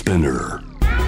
Spinner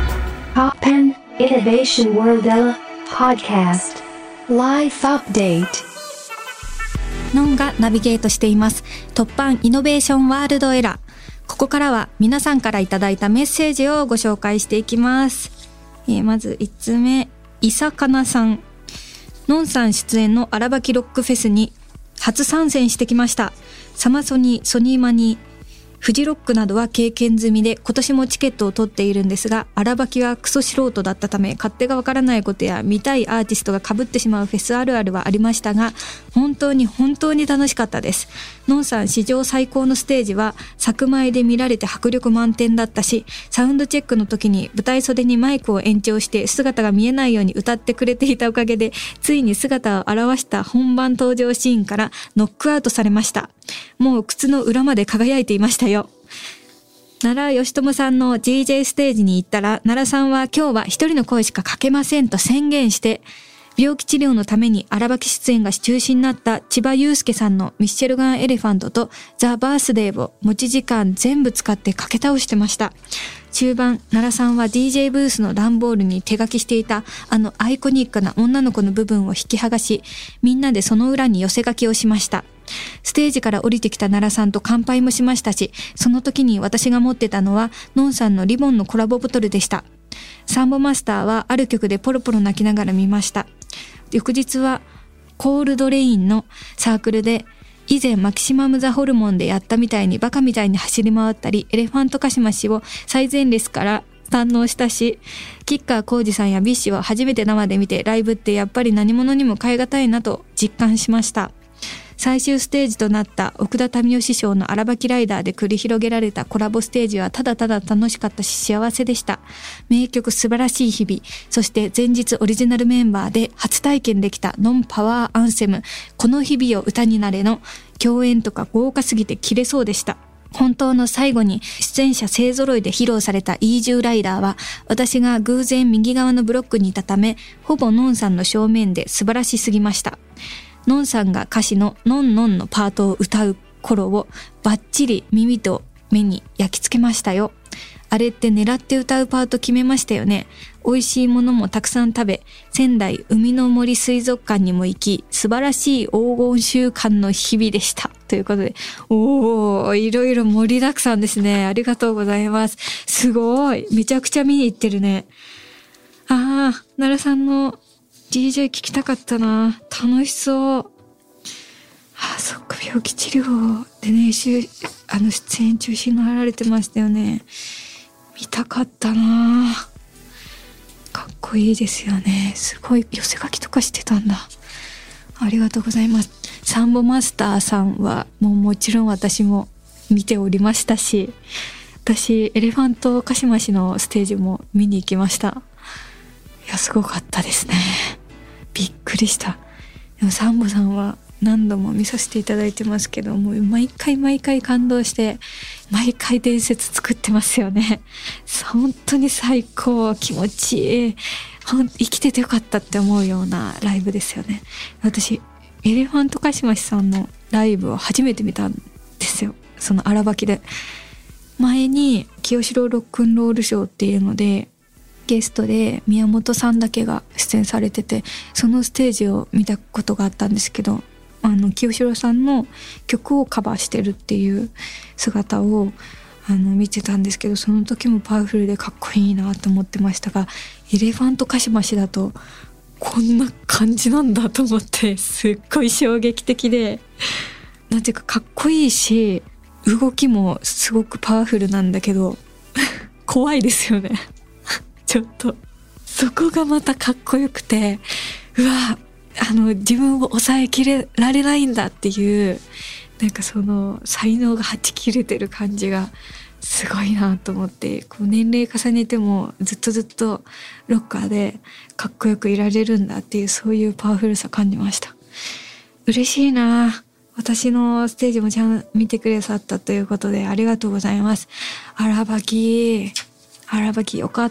Poppen Innovation World Ella Podcast Life Update ノンがナビゲートしています突版イノベーションワールドエラー。ここからは皆さんからいただいたメッセージをご紹介していきます。まず1つ目、いさかなさん。ノンさん出演の荒ばきロックフェスに初参戦してきました。サマソニ、ソニーマニ、フジロックなどは経験済みで今年もチケットを取っているんですが、荒ばきはクソ素人だったため勝手がわからないことや見たいアーティストが被ってしまうフェスあるあるはありましたが、本当に楽しかったです。ノンさん史上最高のステージは作前で見られて迫力満点だったし、サウンドチェックの時に舞台袖にマイクを延長して姿が見えないように歌ってくれていたおかげで、ついに姿を現した本番登場シーンからノックアウトされました。もう靴の裏まで輝いていましたよ。奈良義友さんの GJ ステージに行ったら、奈良さんは今日は一人の声しかかけませんと宣言して、病気治療のために荒ばき出演が中止になった千葉雄介さんのミッシェルガンエレファントとザ・バースデーを持ち時間全部使ってかけ倒してました。中盤、奈良さんは DJ ブースの段ボールに手書きしていたアイコニックな女の子の部分を引き剥がし、みんなでその裏に寄せ書きをしました。ステージから降りてきた奈良さんと乾杯もしましたし、その時に私が持ってたのはノンさんのリボンのコラボボトルでした。サンボマスターはある曲でポロポロ泣きながら見ました。翌日はコールドレインのサークルで以前マキシマムザホルモンでやったみたいにバカみたいに走り回ったり、エレファントカシマシを最前列から堪能したし、吉川晃司さんやビッシュを初めて生で見て、ライブってやっぱり何者にも代え難いなと実感しました。最終ステージとなった奥田民生師匠の荒ばきライダーで繰り広げられたコラボステージはただただ楽しかったし幸せでした。名曲素晴らしい日々、そして前日オリジナルメンバーで初体験できたノンパワーアンセム、この日々を歌になれの共演とか豪華すぎて切れそうでした。本当の最後に出演者勢揃いで披露されたイージューライダーは、私が偶然右側のブロックにいたため、ほぼノンさんの正面で素晴らしすぎました。ノンさんが歌詞のノンノンのパートを歌う頃をバッチリ耳と目に焼き付けましたよ。あれって狙って歌うパート決めましたよね。美味しいものもたくさん食べ、仙台海の森水族館にも行き、素晴らしい黄金週間の日々でした。ということで、いろいろ盛りだくさんですね。ありがとうございます。すごい。めちゃくちゃ見に行ってるね。奈良さんのDJ 聞きたかったな。楽しそう。そっか、病気治療でね、出演中止になられてましたよね。見たかったな。かっこいいですよね。すごい寄せ書きとかしてたんだ。ありがとうございます。サンボマスターさんはもちろん私も見ておりましたし、私エレファントカシマシのステージも見に行きました。いや、すごかったですね。びっくりした。でもサンボさんは何度も見させていただいてますけども、毎回感動して、毎回伝説作ってますよね。本当に最高、気持ちいい。生きててよかったって思うようなライブですよね。私エレファントカシマシさんのライブを初めて見たんですよ。その荒ばきで。前に清志郎ロックンロールショーっていうのでゲストで宮本さんだけが出演されてて、そのステージを見たことがあったんですけど、清志郎さんの曲をカバーしてるっていう姿を見てたんですけど、その時もパワフルでかっこいいなと思ってましたが、エレファントカシマシだとこんな感じなんだと思って、すっごい衝撃的で、なんていうかっこいいし、動きもすごくパワフルなんだけど怖いですよねちょっとそこがまたかっこよくて、自分を抑えきれられないんだっていう、なんかその才能がはち切れてる感じがすごいなと思って、こう年齢重ねてもずっとロッカーでかっこよくいられるんだっていう、そういうパワフルさ感じました。嬉しいな。私のステージもちゃんと見てくださったということでありがとうございます。荒ばきよかった。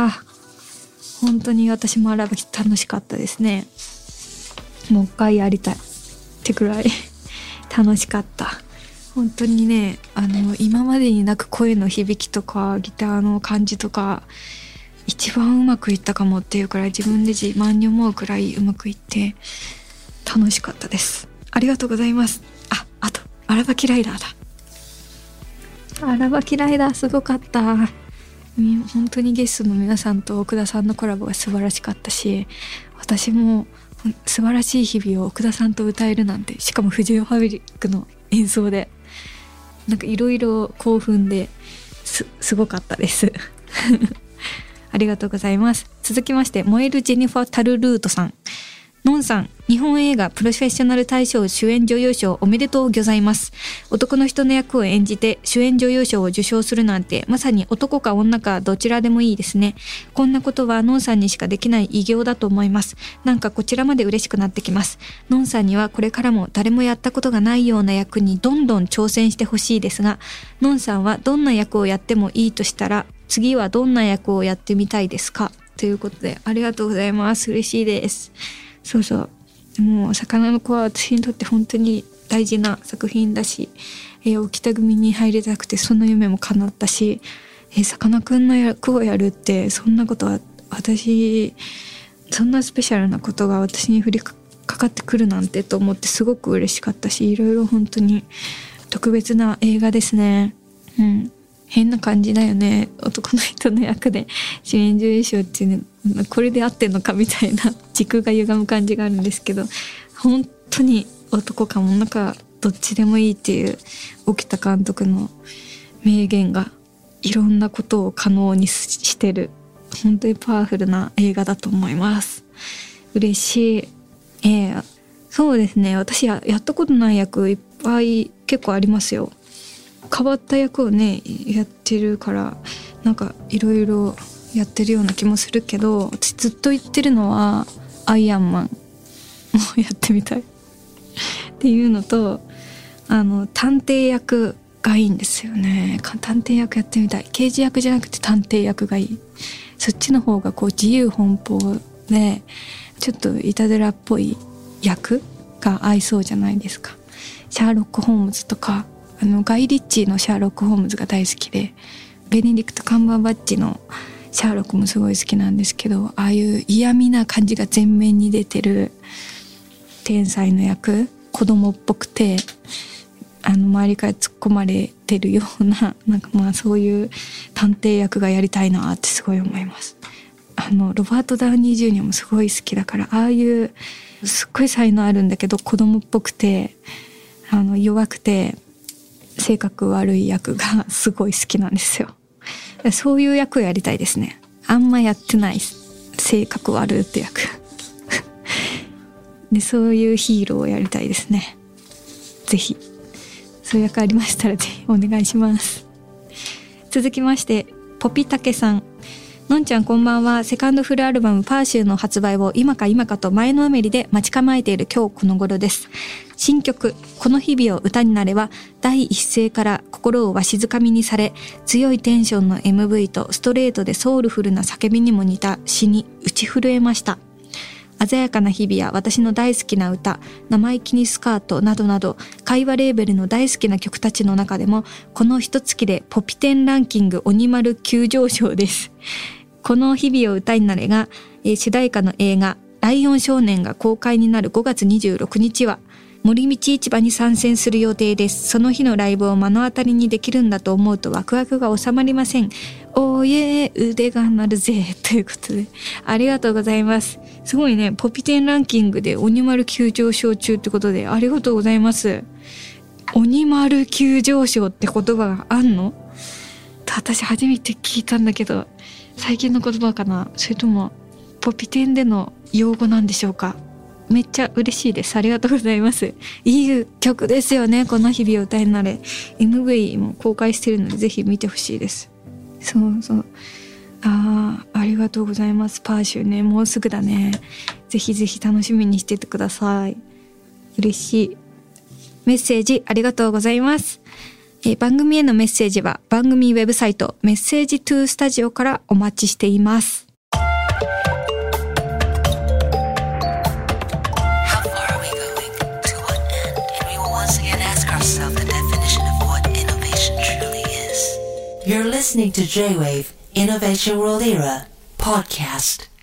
本当に私も荒ばき楽しかったですね。もう一回やりたいってくらい楽しかった。 本当にね、今までになく声の響きとかギターの感じとか一番うまくいったかもっていうくらい、自分で自慢に思うくらいうまくいって楽しかったです。ありがとうございます。あと荒ばきライダーだ。荒ばきライダーすごかった。本当にゲストの皆さんと奥田さんのコラボが素晴らしかったし、私も素晴らしい日々を奥田さんと歌えるなんて、しかもフジオファブリックの演奏で、なんかいろいろ興奮ですごかったですありがとうございます。続きまして、燃えるジェニファー・タルルートさん。のんさん、日本映画プロフェッショナル大賞主演女優賞おめでとうございます。男の人の役を演じて主演女優賞を受賞するなんて、まさに男か女かどちらでもいいですね。こんなことはのんさんにしかできない偉業だと思います。なんかこちらまで嬉しくなってきます。のんさんにはこれからも誰もやったことがないような役にどんどん挑戦してほしいですが、のんさんはどんな役をやってもいいとしたら、次はどんな役をやってみたいですか？ということで、ありがとうございます。嬉しいです。そうそう、もう魚の子は私にとって本当に大事な作品だし、沖田組に入りたくてその夢も叶ったし、さかなクンの役をやるって、そんなことはそんなスペシャルなことが私に降りかかってくるなんてと思ってすごく嬉しかったし、いろいろ本当に特別な映画ですね。変な感じだよね、男の人の役で主演女優賞っていうね、これで合ってんのかみたいな時空が歪む感じがあるんですけど、本当に男か女かどっちでもいいっていう沖田監督の名言がいろんなことを可能にしてる、本当にパワフルな映画だと思います。嬉しい。そうですね、私やったことない役いっぱい結構ありますよ。変わった役をねやってるから、なんかいろいろやってるような気もするけど、私ずっと言ってるのはアイアンマンもやってみたいっていうのと、探偵役がいいんですよね。探偵役やってみたい。刑事役じゃなくて探偵役がいい。そっちの方がこう自由奔放でちょっといたずらっぽい役が合いそうじゃないですか。シャーロック・ホームズとか、ガイ・リッチーのシャーロック・ホームズが大好きで、ベネディクト・カンバーバッチのシャーロックもすごい好きなんですけど、ああいう嫌味な感じが前面に出てる天才の役、子供っぽくて周りから突っ込まれてるような、なんかまあそういう探偵役がやりたいなってすごい思います。ロバート・ダウニー・ジュニアもすごい好きだから、ああいうすっごい才能あるんだけど子供っぽくて弱くて性格悪い役がすごい好きなんですよ。そういう役をやりたいですね。あんまやってない性格悪いって役で、そういうヒーローをやりたいですね。ぜひそういう役ありましたらぜひお願いします。続きまして、ポピタケさん。のんちゃんこんばんは。セカンドフルアルバムパーシューの発売を今か今かと前のめりで待ち構えている今日この頃です。新曲この日々を歌になれば第一声から心をわしづかみにされ、強いテンションの MV とストレートでソウルフルな叫びにも似た詩に打ち震えました。鮮やかな日々や私の大好きな歌、生意気にスカートなどなど会話レーベルの大好きな曲たちの中でも、この一月でポピテンランキング鬼丸急上昇です。この日々を歌になれが主題歌の映画ライオン少年が公開になる5月26日は森道市場に参戦する予定です。その日のライブを目の当たりにできるんだと思うとワクワクが収まりません。おーえー腕が鳴るぜということでありがとうございます。すごいね、ポピテンランキングで鬼丸急上昇中ってことでありがとうございます。鬼丸急上昇って言葉があんの？私初めて聞いたんだけど、最近の言葉かな、それともポピテンでの用語なんでしょうか。めっちゃ嬉しいです。ありがとうございます。いい曲ですよね、この日々を歌いになれ。 MV も公開してるのでぜひ見てほしいです。そうそう、ありがとうございます。パーシューね、もうすぐだね。ぜひぜひ楽しみにしててください。嬉しい。メッセージありがとうございます。番組へのメッセージは番組ウェブサイトメッセージトゥースタジオからお待ちしています。 How far are we going? To what end? And we will once again ask ourselves the definition of You're listening to J-Wave Innovation World Era podcast.